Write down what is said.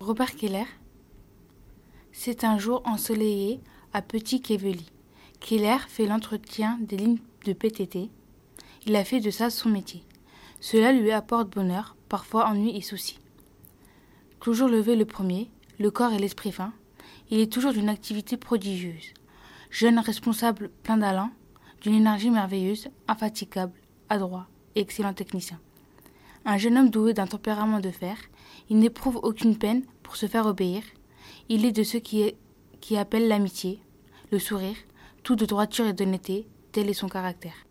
Robert Keller. C'est un jour ensoleillé à Petit-Quévely. Keller fait l'entretien des lignes de PTT. Il a fait de ça son métier. Cela lui apporte bonheur, parfois ennui et soucis. Toujours levé le premier, le corps et l'esprit fin, il est toujours d'une activité prodigieuse. Jeune responsable plein d'allant, d'une énergie merveilleuse, infatigable, adroit et excellent technicien. Un jeune homme doué d'un tempérament de fer, il n'éprouve aucune peine pour se faire obéir. Il est de ceux qui appellent l'amitié, le sourire, tout de droiture et d'honnêteté, tel est son caractère.